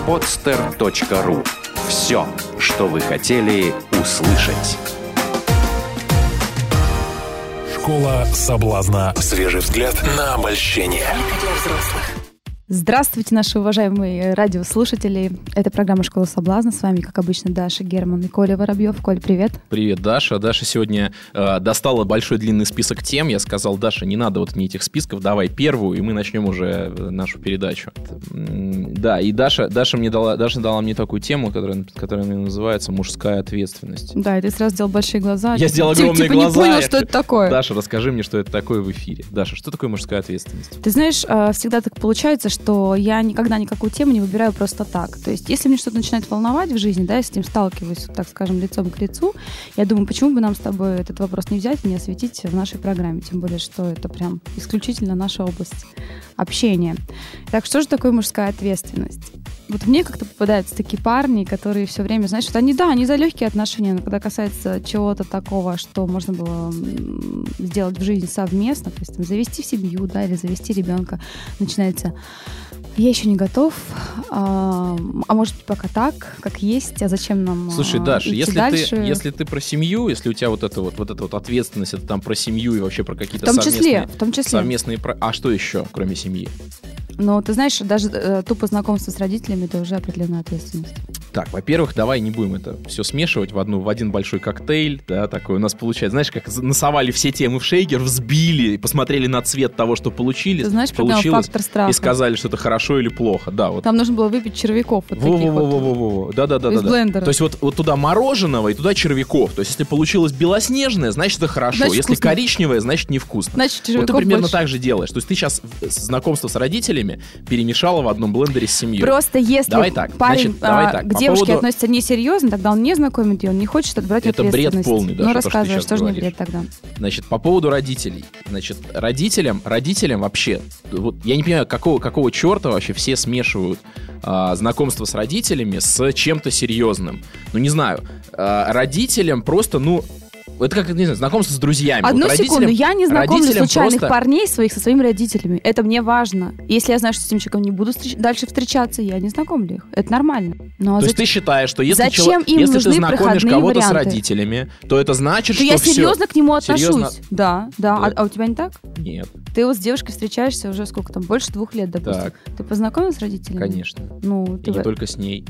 podster.ru. Все, что вы хотели услышать. Школа соблазна. Свежий взгляд на обольщение. Здравствуйте, наши уважаемые радиослушатели. Это программа «Школа соблазна». С вами, как обычно, Даша Герман и Коля Воробьев. Коль, привет. Привет, Даша. Даша сегодня достала большой длинный список тем. Я сказал: Даша, не надо вот мне этих списков, давай первую, и мы начнем уже нашу передачу. Да, и Даша дала мне такую тему, которая называется «Мужская ответственность». Да, и ты сразу сделал большие глаза. Я сделал огромные глаза. Не понял, что это такое. Даша, расскажи мне, что это такое в эфире. Даша, что такое мужская ответственность? Ты знаешь, всегда так получается, что я никогда никакую тему не выбираю просто так. То есть, если мне что-то начинает волновать в жизни, да, я с этим сталкиваюсь, так скажем, лицом к лицу, я думаю, почему бы нам с тобой этот вопрос не взять и не осветить в нашей программе, тем более, что это прям исключительно наша область общения. Так, что же такое мужская ответственность? Вот мне как-то попадаются такие парни, которые все время, знаешь, вот они за легкие отношения, но когда касается чего-то такого, что можно было сделать в жизни совместно, то есть там, завести семью, да, или завести ребенка, начинается: я еще не готов, а может быть пока так, как есть, а зачем нам Слушай, Даш, идти дальше? если ты про семью, если у тебя вот эта вот ответственность, это там про семью и вообще про какие-то в том числе. совместные... А что еще, кроме семьи? Ну, ты знаешь, даже тупо знакомство с родителями — это уже определенная ответственность. Так, во-первых, давай не будем это все смешивать в один большой коктейль, да, такой у нас получается. Знаешь, как насовали все темы в шейкер, взбили, посмотрели на цвет того, что получили, ты знаешь, получилось, фактор страха. И сказали, что это хорошо или плохо, да. Вот. Там нужно было выпить червяков вот таких вот. Да. Из блендера. То есть вот туда мороженого и туда червяков. То есть если получилось белоснежное, значит это хорошо. Значит, если вкусно. коричневое, значит невкусно. Значит, червяков вот ты примерно больше. так же делаешь. То есть ты сейчас знакомство с родителями перемешала в одном блендере с семьей. Просто если парень к девушке относится несерьезно, тогда он не знакомит ее, он не хочет отбрать ответственность. Это бред полный, да. Ну рассказывай, что же не бред тогда? Значит, по поводу родителей. Значит, родителям вообще, вот я не понимаю, какого черта вообще все смешивают знакомство с родителями с чем-то серьезным. Ну, не знаю. Родителям просто, это как, не знаю, знакомство с друзьями. Одну секунду, я не знакомлю случайных просто... парней своих со своими родителями. Это мне важно. Если я знаю, что с этим человеком не буду дальше встречаться, я не знакомлю их. Это нормально. То есть ты считаешь, что если ты знакомишь кого-то с родителями, то это значит, что я все... серьезно к нему отношусь. Серьезно? Да. А у тебя не так? Нет. Ты вот с девушкой встречаешься уже сколько там, больше 2 лет, допустим. Так. Ты познакомилась с родителями? Конечно. И не только с ней.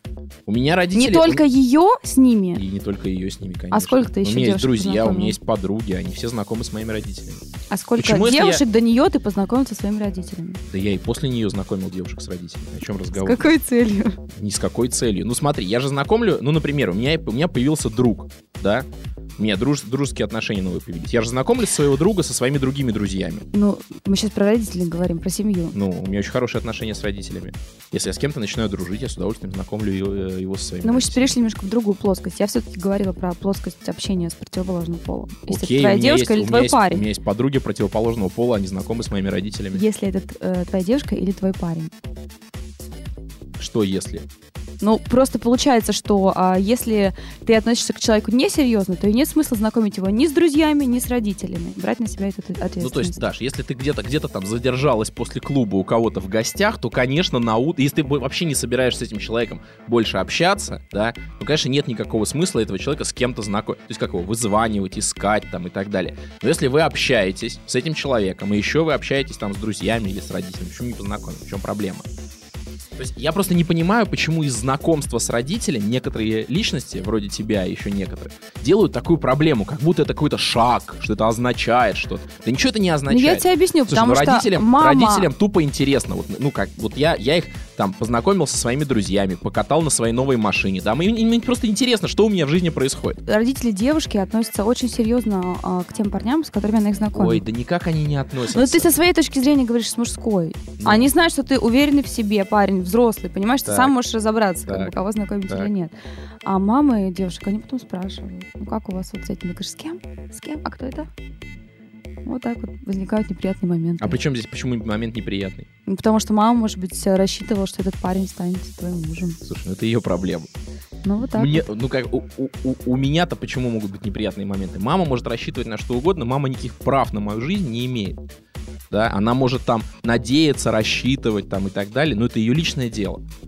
У меня родители... Не только ее с ними? И не только ее с ними, конечно. А сколько ты еще девушек? У меня есть друзья, у меня есть подруги, они все знакомы с моими родителями. А сколько девушек до нее ты познакомился со своими родителями? Да я и после нее знакомил девушек с родителями. О чем разговор? С какой целью? Ни с какой целью. Ну смотри, я же знакомлю, например, у меня появился друг, да? У меня дружеские отношения новые появились. Я же знакомлю своего друга со своими другими друзьями. Мы сейчас про родителей говорим, про семью. У меня очень хорошие отношения с родителями. Если я с кем-то начинаю дружить, я с удовольствием знакомлю его со своими. Но мы сейчас перешли немножко в другую плоскость. Я все-таки говорила про плоскость общения с противоположным полом. Если Окей, это твоя девушка или твой парень. У меня есть подруги противоположного пола, они знакомы с моими родителями. Если это твоя девушка или твой парень. Что если? Просто получается, что если ты относишься к человеку несерьезно, то и нет смысла знакомить его ни с друзьями, ни с родителями. Брать на себя эту ответственность. То есть, Даш, если ты где-то там задержалась после клуба у кого-то в гостях, то, конечно, если ты вообще не собираешься с этим человеком больше общаться, да, то, конечно, нет никакого смысла этого человека с кем-то знакомить. То есть, как его вызванивать, искать там и так далее. Но если вы общаетесь с этим человеком, и еще вы общаетесь там с друзьями или с родителями, почему не познакомить? В чем проблема? То есть я просто не понимаю, почему из знакомства с родителем некоторые личности, вроде тебя и еще некоторые, делают такую проблему, как будто это какой-то шаг, что это означает что-то. Да ничего это не означает. Я тебе объясню, Слушай, потому что родителям тупо интересно. Я их там познакомил со своими друзьями, покатал на своей новой машине. Да, им просто интересно, что у меня в жизни происходит. Родители девушки относятся очень серьезно к тем парням, с которыми она их знакомит. Ой, да никак они не относятся. Но ты со своей точки зрения говоришь с мужской. Они знают, что ты уверенный в себе парень, взрослый, понимаешь, ты сам можешь разобраться, кого знакомить или нет. А мамы девушек, они потом спрашивают, как у вас вот с этим? Ты говоришь, с кем? С кем? А кто это? Вот так вот возникают неприятные моменты. А почему момент неприятный? Потому что мама, может быть, рассчитывала, что этот парень станет твоим мужем. Слушай, это ее проблема. Вот так. У меня-то почему могут быть неприятные моменты? Мама может рассчитывать на что угодно, мама никаких прав на мою жизнь не имеет. Да? Она может там надеяться, рассчитывать там и так далее, но это ее личное дело.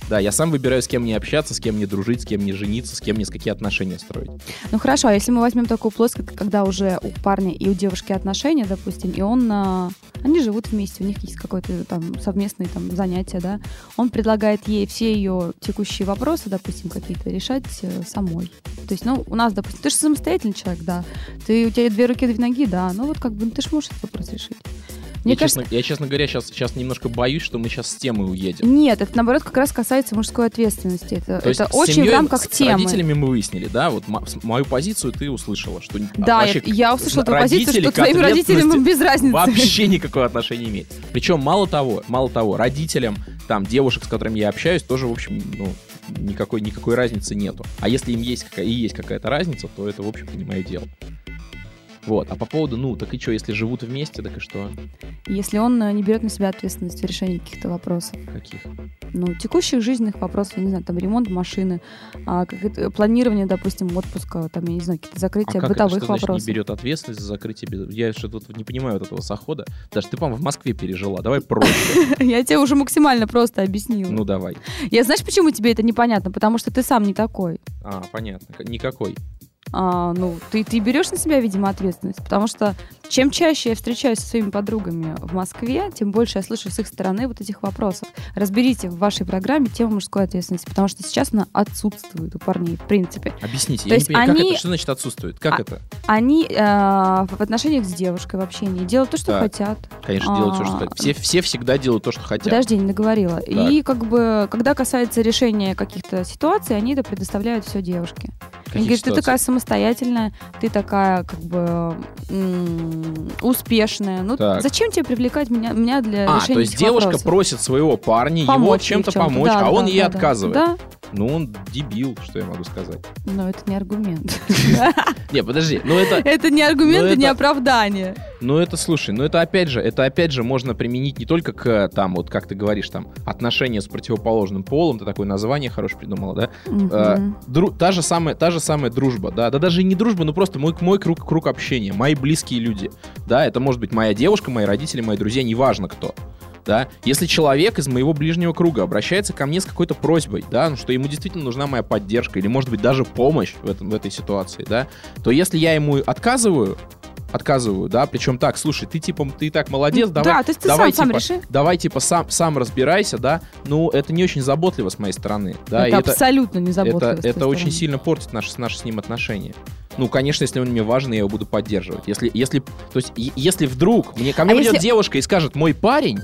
Да, я сам выбираю, с кем мне общаться, с кем мне дружить, с кем мне жениться, с кем мне какие отношения строить. Ну хорошо, а если мы возьмем такую плоскость, когда уже у парня и у девушки отношения, допустим, и они живут вместе, у них есть какое-то там совместное там занятие, да, он предлагает ей все ее текущие вопросы, допустим, какие-то решать самой. То есть, у нас, допустим, ты же самостоятельный человек, да, у тебя 2 руки, 2 ноги, да, ты же можешь этот вопрос решить. Я, честно говоря, сейчас немножко боюсь, что мы сейчас с темы уедем. Нет, это, наоборот, как раз касается мужской ответственности. Это очень семьей, в рамках темы. С родителями мы выяснили, да? Вот мою позицию ты услышала. Что да, я услышала твою позицию, что твоим родителям без разницы. Вообще никакого отношения не имеет. Причем, мало того, родителям там девушек, с которыми я общаюсь, тоже, в общем, никакой разницы нету. А если им есть какая-то разница, то это, в общем-то, не мое дело. Вот. А по поводу, так и что, если живут вместе, так и что? Если он не берет на себя ответственность в решении каких-то вопросов. Каких? Текущих жизненных вопросов, я не знаю, там ремонт машины, планирование, допустим, отпуска, там, я не знаю, какие-то закрытия бытовых вопросов. Значит, не берет ответственность за закрытие? Я что-то не понимаю вот этого захода. Даже ты, по-моему, в Москве пережила. Давай проще. Я тебе уже максимально просто объяснила. Ну, давай. Знаешь, почему тебе это непонятно? Потому что ты сам не такой. Понятно. Никакой. Ты берешь на себя, видимо, ответственность, потому что чем чаще я встречаюсь со своими подругами в Москве, тем больше я слышу с их стороны вот этих вопросов. Разберите в вашей программе тему мужской ответственности, потому что сейчас она отсутствует у парней, в принципе. Объясните, я не понимаю, как это? Что значит отсутствует? Как это? Они в отношениях с девушкой в общении делают то, что хотят. Конечно, делают то, что хотят. Все всегда делают то, что хотят. Подожди, не договорила. Так. И когда касается решения каких-то ситуаций, они это предоставляют все девушке. Они говорят, ты такая самостоятельная, ты такая успешная. Зачем тебе привлекать меня для решения этих то есть девушка вопросов? Просит своего парня его чем-то помочь, да, он ей отказывает. Да. Он дебил, что я могу сказать. Но это не аргумент. Не, подожди. Это не аргумент и не оправдание. Слушай, это опять же можно применить не только к, как ты говоришь, отношения с противоположным полом, ты такое название хорошее придумала, да? Та же самая дружба, да? Да даже не дружба, просто мой круг общения, мои близкие люди, да? Это может быть моя девушка, мои родители, мои друзья, неважно кто. Да? Если человек из моего ближнего круга обращается ко мне с какой-то просьбой, да, что ему действительно нужна моя поддержка или, может быть, даже помощь в этой ситуации, да, то если я ему отказываю, да, причем так, слушай, ты так молодец, давай, да, то есть ты сам реши. Давай, сам разбирайся, да, это не очень заботливо с моей стороны, да. Это абсолютно не заботливо. Это очень сильно портит наши с ним отношения. Конечно, если он мне важен, я его буду поддерживать. Если вдруг ко мне придет девушка и скажет, мой парень,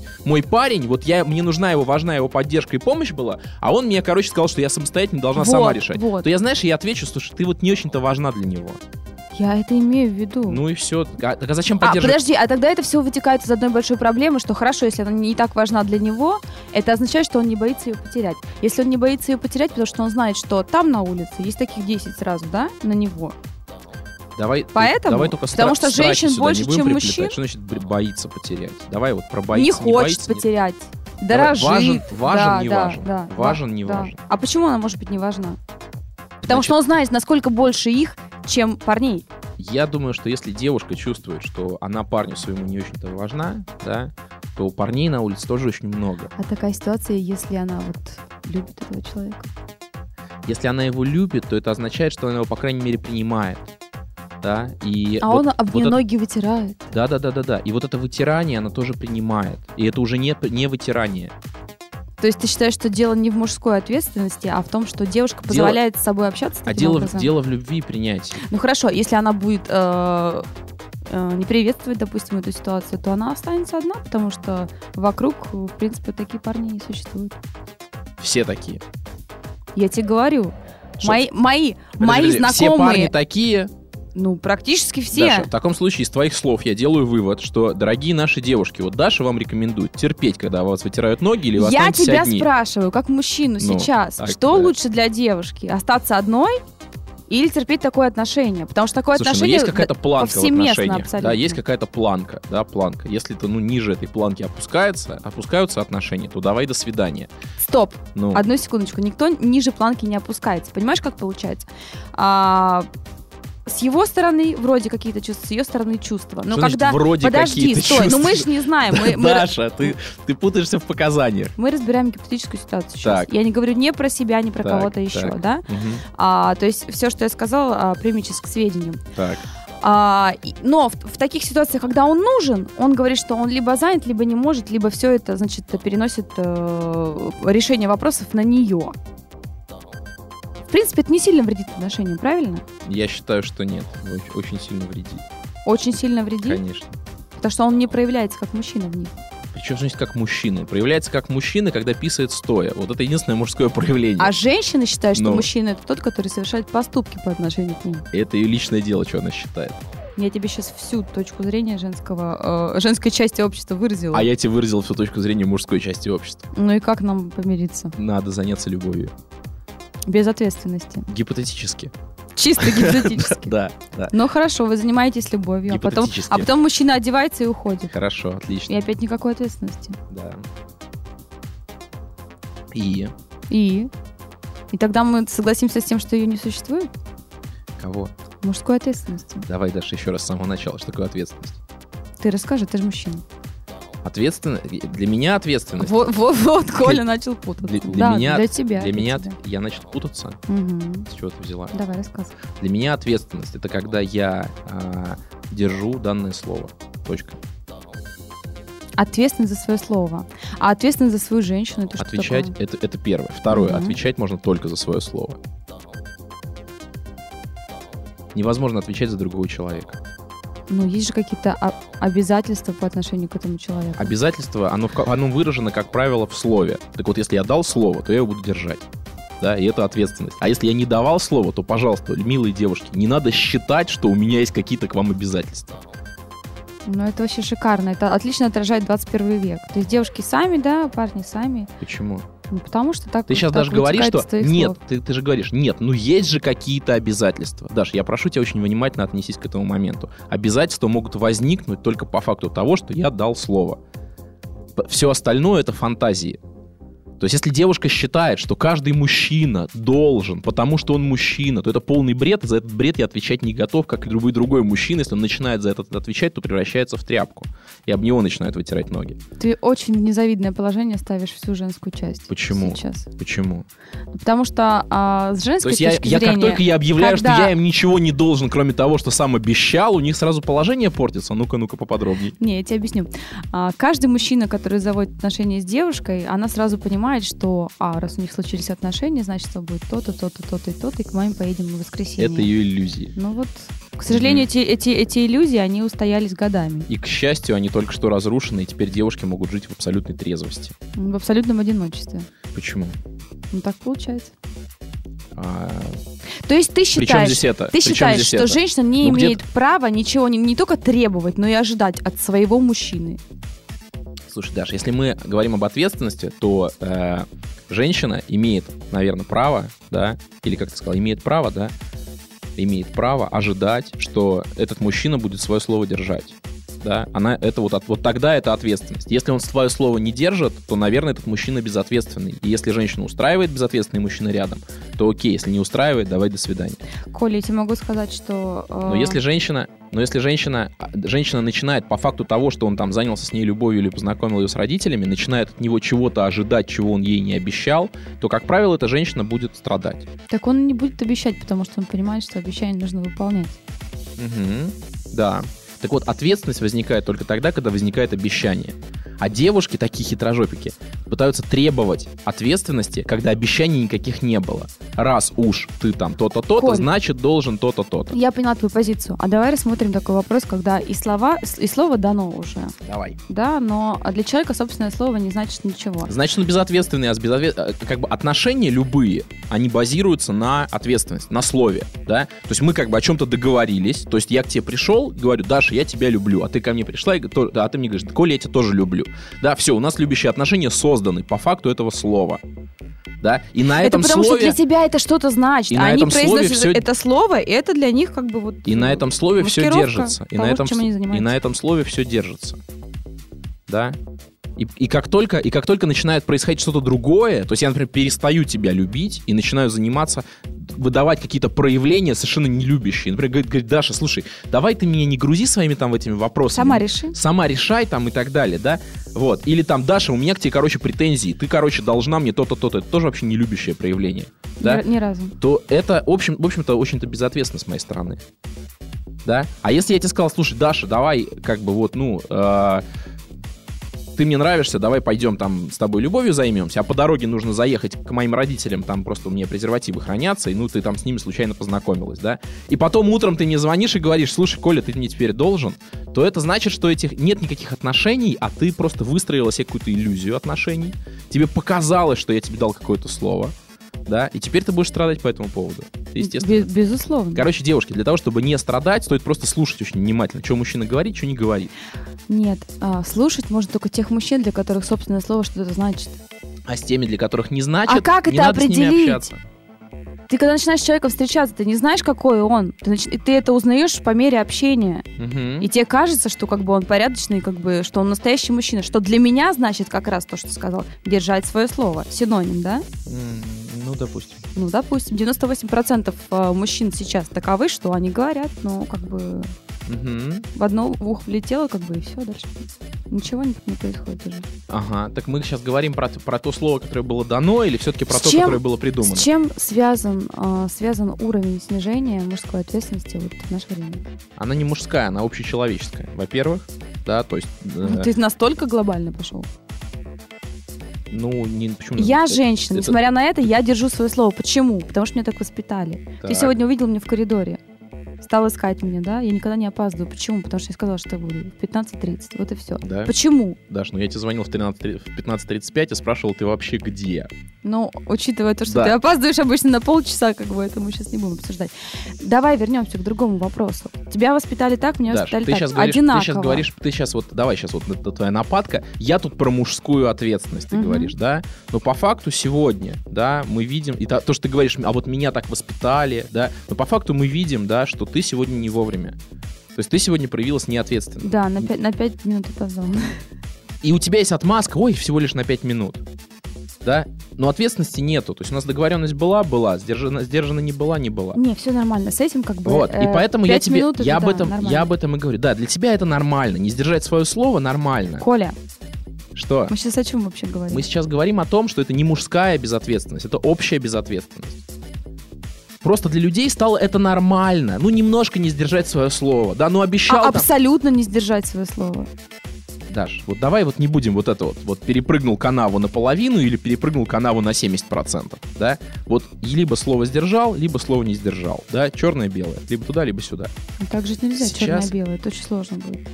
мне важна его поддержка и помощь была, а он мне, сказал, что я самостоятельно должна сама решать, то я отвечу, слушай, ты не очень-то важна для него. Я это имею в виду. И все. А зачем поддерживать? Подожди, тогда это все вытекает из одной большой проблемы, что хорошо, если она не так важна для него, это означает, что он не боится ее потерять. Если он не боится ее потерять, потому что он знает, что там на улице есть таких 10 сразу, да, на него. Давай только потому что женщин больше, чем мужчин. Что значит боится потерять? Давай про боится, не хочет потерять. Дорожит. Важен, не важен. Важен, не важен. А почему она может быть не важна? Потому что он знает, насколько больше их, чем парней. Я думаю, что если девушка чувствует, что она парню своему не очень-то важна, да, то парней на улице тоже очень много. А такая ситуация, если она любит этого человека? Если она его любит, то это означает, что она его, по крайней мере, принимает. Да, он об нее ноги вытирает. Да. И это вытирание она тоже принимает. И это уже не вытирание. То есть ты считаешь, что дело не в мужской ответственности, а в том, что девушка позволяет с собой общаться таким образом? Дело в любви и принятии. Хорошо, если она будет не приветствовать, допустим, эту ситуацию, то она останется одна, потому что вокруг, в принципе, такие парни не существуют. Все такие. Я тебе говорю. Мои знакомые... Все парни такие... Практически все. Даша, в таком случае из твоих слов я делаю вывод, что, дорогие наши девушки, Даша вам рекомендует терпеть, когда вас вытирают ноги, или вы останетесь одни. Я тебя спрашиваю, как мужчину сейчас, что лучше для девушки? Остаться одной или терпеть такое отношение? Потому что такое отношение есть какая-то планка в отношениях. Абсолютно. Да, есть какая-то планка, планка. Если это, ниже этой планки опускаются отношения, то давай до свидания. Стоп, одну секундочку. Никто ниже планки не опускается. Понимаешь, как получается? с его стороны вроде какие-то чувства, с ее стороны чувства. Но Что когда... значит, вроде Подожди, какие-то стой, чувства? мы же не знаем. Даша, ты путаешься в показаниях. Мы разбираем гипотетическую ситуацию сейчас. Так. Я не говорю не про себя, не про Так, кого-то еще, так. да? Мгм. То есть все, что я сказала, примите к сведению. Так. Но в таких ситуациях, когда он нужен, он говорит, что он либо занят, либо не может, либо все это, значит, переносит решение вопросов на нее. В принципе, это не сильно вредит отношениям, правильно? Я считаю, что нет. Очень сильно вредит. Очень сильно вредит, Конечно. потому что он не проявляется как мужчина в них. Причем, значит, как мужчина. Он проявляется как мужчина, когда писает стоя. Вот это единственное мужское проявление. А женщины считают, что Ну. мужчина — это тот, который совершает поступки по отношению к ним. Это ее личное дело, что она считает. Я тебе сейчас всю точку зрения женской части общества выразила. А я тебе выразил всю точку зрения мужской части общества. Ну и как нам помириться? Надо заняться любовью. Без ответственности. Гипотетически. Чисто гипотетически. Да, да. Ну хорошо, вы занимаетесь любовью, Гипотетически. а потом мужчина одевается и уходит. Хорошо, И отлично. опять никакой ответственности. Да. И И тогда мы согласимся с тем, что ее не существует? кого? Мужской ответственности. Давай, Даша, еще раз с самого начала. Что такое ответственность? Ты расскажи, ты же мужчина. Ответственность? Для меня ответственность. Вот Коля начал путаться. Для Да, меня, для тебя. Для меня тебя. я начал путаться. Мгм. С чего ты взяла? Давай, рассказывай. Для меня ответственность — это когда я держу данное слово. Точка. Ответственность за свое слово. А ответственность за свою женщину — это что Отвечать такое? это первое. Второе. Мгм. Отвечать можно только за свое слово. Невозможно отвечать за другого человека. Ну, есть же какие-то обязательства по отношению к этому человеку. Обязательство, оно выражено, как правило, в слове. Так вот, если я дал слово, то я его буду держать. Да, и это ответственность. А если я не давал слово, то, пожалуйста, милые девушки, не надо считать, что у меня есть какие-то к вам обязательства. Ну, это вообще шикарно. Это отлично отражает 21 век. То есть девушки сами, да, парни сами. Почему? Ну, потому что так Ты сейчас так даже говоришь, вытекает что из твоих нет, слов. ты же говоришь, нет, ну есть же какие-то обязательства. Даш, я прошу тебя очень внимательно отнесись к этому моменту. Обязательства могут возникнуть только по факту того, что я дал слово. Все остальное — это фантазии. То есть, если девушка считает, что каждый мужчина должен, потому что он мужчина, то это полный бред, и за этот бред я отвечать не готов, как и любой другой мужчина. Если он начинает за это отвечать, то превращается в тряпку. И об него начинают вытирать ноги. Ты очень в незавидное положение ставишь всю женскую часть. Почему? Сейчас. Почему? Потому что с То женской есть точки я как зрения... только я объявляю, когда- что я им ничего не должен, кроме того, что сам обещал, у них сразу положение портится. Ну-ка поподробней. Не, я тебе объясню. Каждый мужчина, который заводит отношения с девушкой, она сразу понимает, что, раз у них случились отношения, значит, что будет то-то, то-то, то-то и то-то, и к маме поедем в воскресенье. Это ее иллюзии. Ну вот, к сожалению, эти иллюзии, они устоялись годами. И, к счастью, они только что разрушены, и теперь девушки могут жить в абсолютной трезвости. В абсолютном одиночестве. Почему? Ну так получается. А, То есть ты Причем считаешь, здесь это? ты Причем считаешь, здесь что это? женщина не Ну, имеет права ничего не только требовать, но и ожидать от своего мужчины. Слушай, Даш, если мы говорим об ответственности, то женщина имеет, наверное, право, да, или, как ты сказал, имеет право, да, имеет право ожидать, что этот мужчина будет свое слово держать. Да, она это вот тогда это ответственность. Если он свое слово не держит, то, наверное, этот мужчина безответственный. И если женщина устраивает безответственный мужчина рядом, то окей, если не устраивает, давай до свидания. Коля, я тебе могу сказать, что... Но если женщина начинает по факту того, что он там занялся с ней любовью или познакомил ее с родителями, начинает от него чего-то ожидать, чего он ей не обещал, то, как правило, эта женщина будет страдать. Так он не будет обещать, потому что он понимает, что обещание нужно выполнять. Да. Так вот, ответственность возникает только тогда, когда возникает обещание. А девушки, такие хитрожопики, пытаются требовать ответственности, когда обещаний никаких не было. Раз уж ты там то-то, то-то, Коль, значит, должен то-то, то-то. Я поняла твою позицию. А давай рассмотрим такой вопрос, когда и слово дано уже. Давай. Да, но для человека собственное слово не значит ничего. Значит, он безответственный, как бы отношения любые, они базируются на ответственности, на слове, да? То есть мы как бы о чем-то договорились, то есть я к тебе пришел, говорю, Даша, я тебя люблю, а ты ко мне пришла, а ты мне говоришь, Коля, я тебя тоже люблю. Да, все, у нас любящие отношения созданы по факту этого слова. Да? И на этом это потому, слове... что для тебя это что-то значит. И А на они этом слове произносят всё- это слово, и это для них как бы вот... И на этом слове все маскировка держится. И того, на этом, чем они занимаются. и на этом слове все держится. Да? И как только начинает происходить что-то другое, то есть я, например, перестаю тебя любить и начинаю заниматься выдавать какие-то проявления совершенно нелюбящие. Например, говорит, Даша, слушай, давай ты меня не грузи своими там этими вопросами. Сама реши. Сама решай там и так далее, да? Вот. Или там, Даша, у меня к тебе, короче, претензии. Ты, короче, должна мне то-то, то-то. Это тоже вообще нелюбящее проявление. Да? Ни разу. То это, в общем-то, очень-то безответственно с моей стороны. Да? А если я тебе сказал, слушай, Даша, давай, как бы вот, ты мне нравишься, давай пойдем там с тобой любовью займемся, а по дороге нужно заехать к моим родителям, там просто у меня презервативы хранятся, и ты там с ними случайно познакомилась, да? И потом утром ты мне звонишь и говоришь, слушай, Коля, ты мне теперь должен, то это значит, что нет никаких отношений, а ты просто выстроила себе какую-то иллюзию отношений, тебе показалось, что я тебе дал какое-то слово, да, и теперь ты будешь страдать по этому поводу. Естественно. Безусловно. Короче, девушки, для того, чтобы не страдать, стоит просто слушать очень внимательно, что мужчина говорит, что не говорит. Нет, слушать можно только тех мужчин, для которых собственное слово что-то значит. А с теми, для которых не значит, а как не это надо определить? с ними общаться. Ты когда начинаешь с человеком встречаться, ты не знаешь, какой он. Ты это узнаешь по мере общения. Угу. И тебе кажется, что как бы он порядочный, как бы, что он настоящий мужчина. Что для меня значит как раз то, что ты сказал. Держать свое слово. Синоним, да? Ну, допустим. Ну, допустим. 98% мужчин сейчас таковы, что они говорят, но как бы в одно ухо влетело, как бы, и все, дальше ничего не происходит уже. Ага, так мы сейчас говорим про то слово, которое было дано, или все-таки про то, которое было придумано? С чем связан уровень снижения мужской ответственности вот в наше время? Она не мужская, она общечеловеческая. Во-первых, да, то есть... Ты настолько глобально пошел? Почему? Я женщина, несмотря на это, я держу свое слово. Почему? Потому что меня так воспитали. Так. Ты сегодня увидел меня в коридоре, стал искать меня, да? Я никогда не опаздываю. Почему? Потому что я сказала, что я буду в 15:30. Вот и все. Да? Почему? Даш, я тебе звонил в 15:35 и спрашивал, ты вообще где? Учитывая то, что ты опаздываешь обычно на полчаса, как бы это мы сейчас не будем обсуждать. Давай вернемся к другому вопросу. Тебя воспитали так, меня воспитали так. Одинаково. Давай сейчас это твоя нападка. Я тут про мужскую ответственность, ты говоришь, да? Но по факту сегодня, да, мы видим, и то, что ты говоришь, а вот меня так воспитали, да, но по факту мы видим, да, что ты сегодня не вовремя. То есть ты сегодня проявилась неответственно. Да, на 5 минут опоздал. И у тебя есть отмазка, всего лишь на 5 минут. Да? Но ответственности нету. То есть у нас договоренность была, сдержана не была. Не, все нормально. С этим как бы... Вот, и поэтому я об этом и говорю. Да, для тебя это нормально. Не сдержать свое слово нормально. Коля. Что? Мы сейчас о чем вообще говорим? Мы сейчас говорим о том, что это не мужская безответственность, это общая безответственность. Просто для людей стало это нормально. Немножко не сдержать свое слово. Да, обещал... Абсолютно не сдержать свое слово. Даш, давай не будем перепрыгнул канаву наполовину или перепрыгнул канаву на 70%, да? Либо слово сдержал, либо слово не сдержал, да? Черное-белое, либо туда, либо сюда. Так жить нельзя, черное-белое, это очень сложно будет.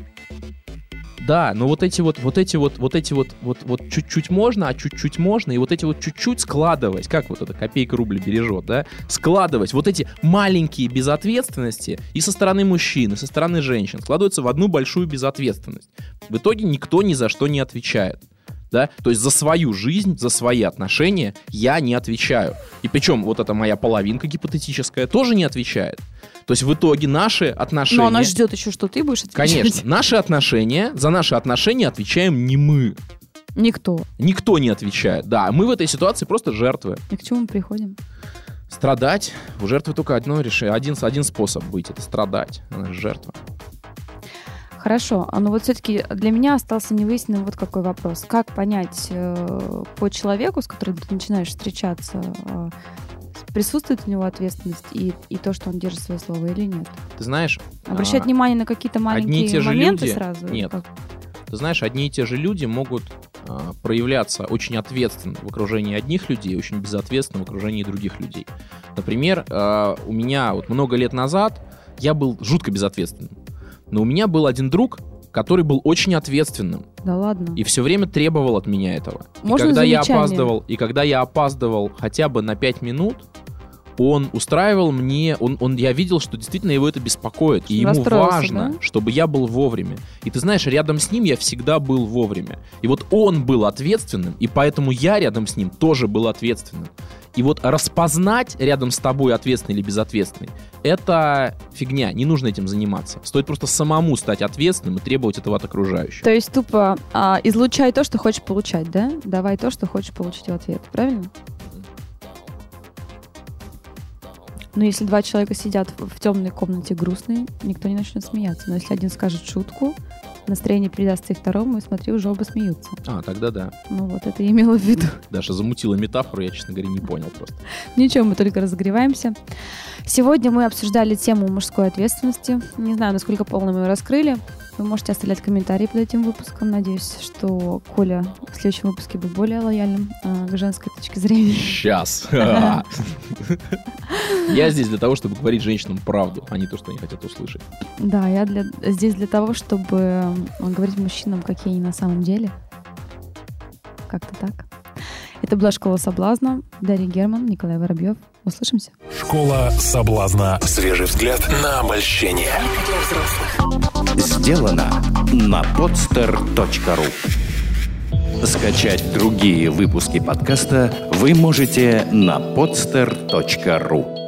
Да, но эти чуть-чуть можно, а чуть-чуть можно, и эти чуть-чуть складывать, как эта копейка рубль бережет, да, складывать эти маленькие безответственности и со стороны мужчин, и со стороны женщин складываются в одну большую безответственность. В итоге никто ни за что не отвечает. Да? То есть за свою жизнь, за свои отношения я не отвечаю. И причем эта моя половинка гипотетическая тоже не отвечает. То есть в итоге наши отношения... Но она ждет еще, что ты будешь отвечать. Конечно. За наши отношения отвечаем не мы. Никто не отвечает. Да, мы в этой ситуации просто жертвы. И к чему мы приходим? Страдать. У жертвы только один способ быть. Это страдать. Она же жертва. Хорошо, но все-таки для меня остался невыясненным какой вопрос. Как понять по человеку, с которым ты начинаешь встречаться, присутствует у него ответственность и то, что он держит свое слово или нет? Ты знаешь... Обращать внимание на какие-то маленькие моменты люди, сразу? Нет. Ты знаешь, одни и те же люди могут проявляться очень ответственно в окружении одних людей, очень безответственно в окружении других людей. Например, у меня много лет назад я был жутко безответственным. Но у меня был один друг, который был очень ответственным. Да ладно. И все время требовал от меня этого. Можно И когда я опаздывал хотя бы на 5 минут, он устраивал мне... Я видел, что действительно его это беспокоит. И ему важно, да? Чтобы я был вовремя. И ты знаешь, рядом с ним я всегда был вовремя. И он был ответственным, и поэтому я рядом с ним тоже был ответственным. И распознать рядом с тобой ответственный или безответственный — это фигня, не нужно этим заниматься. Стоит просто самому стать ответственным и требовать этого от окружающих. То есть тупо излучай то, что хочешь получать, да? Давай то, что хочешь получить в ответ, правильно? Но если два человека сидят в темной комнате грустные, никто не начнет смеяться. Но если один скажет шутку, настроение передастся и второму, и смотри, уже оба смеются. Тогда да. Ну вот, это я имела в виду. Даша замутила метафору, я, честно говоря, не понял просто. Ничего, мы только разогреваемся. Сегодня мы обсуждали тему мужской ответственности. Не знаю, насколько полно мы ее раскрыли. Вы можете оставлять комментарии под этим выпуском. Надеюсь, что Коля в следующем выпуске будет более лояльным к женской точке зрения. Сейчас. Я здесь для того, чтобы говорить женщинам правду, а не то, что они хотят услышать. Да, я здесь для того, чтобы говорить мужчинам, какие они на самом деле. Как-то так. Это была «Школа соблазна». Дарья Герман, Николай Воробьев. Услышимся. Школа соблазна. Свежий взгляд на обольщение. Сделано на podster.ru. Скачать другие выпуски подкаста вы можете на podster.ru.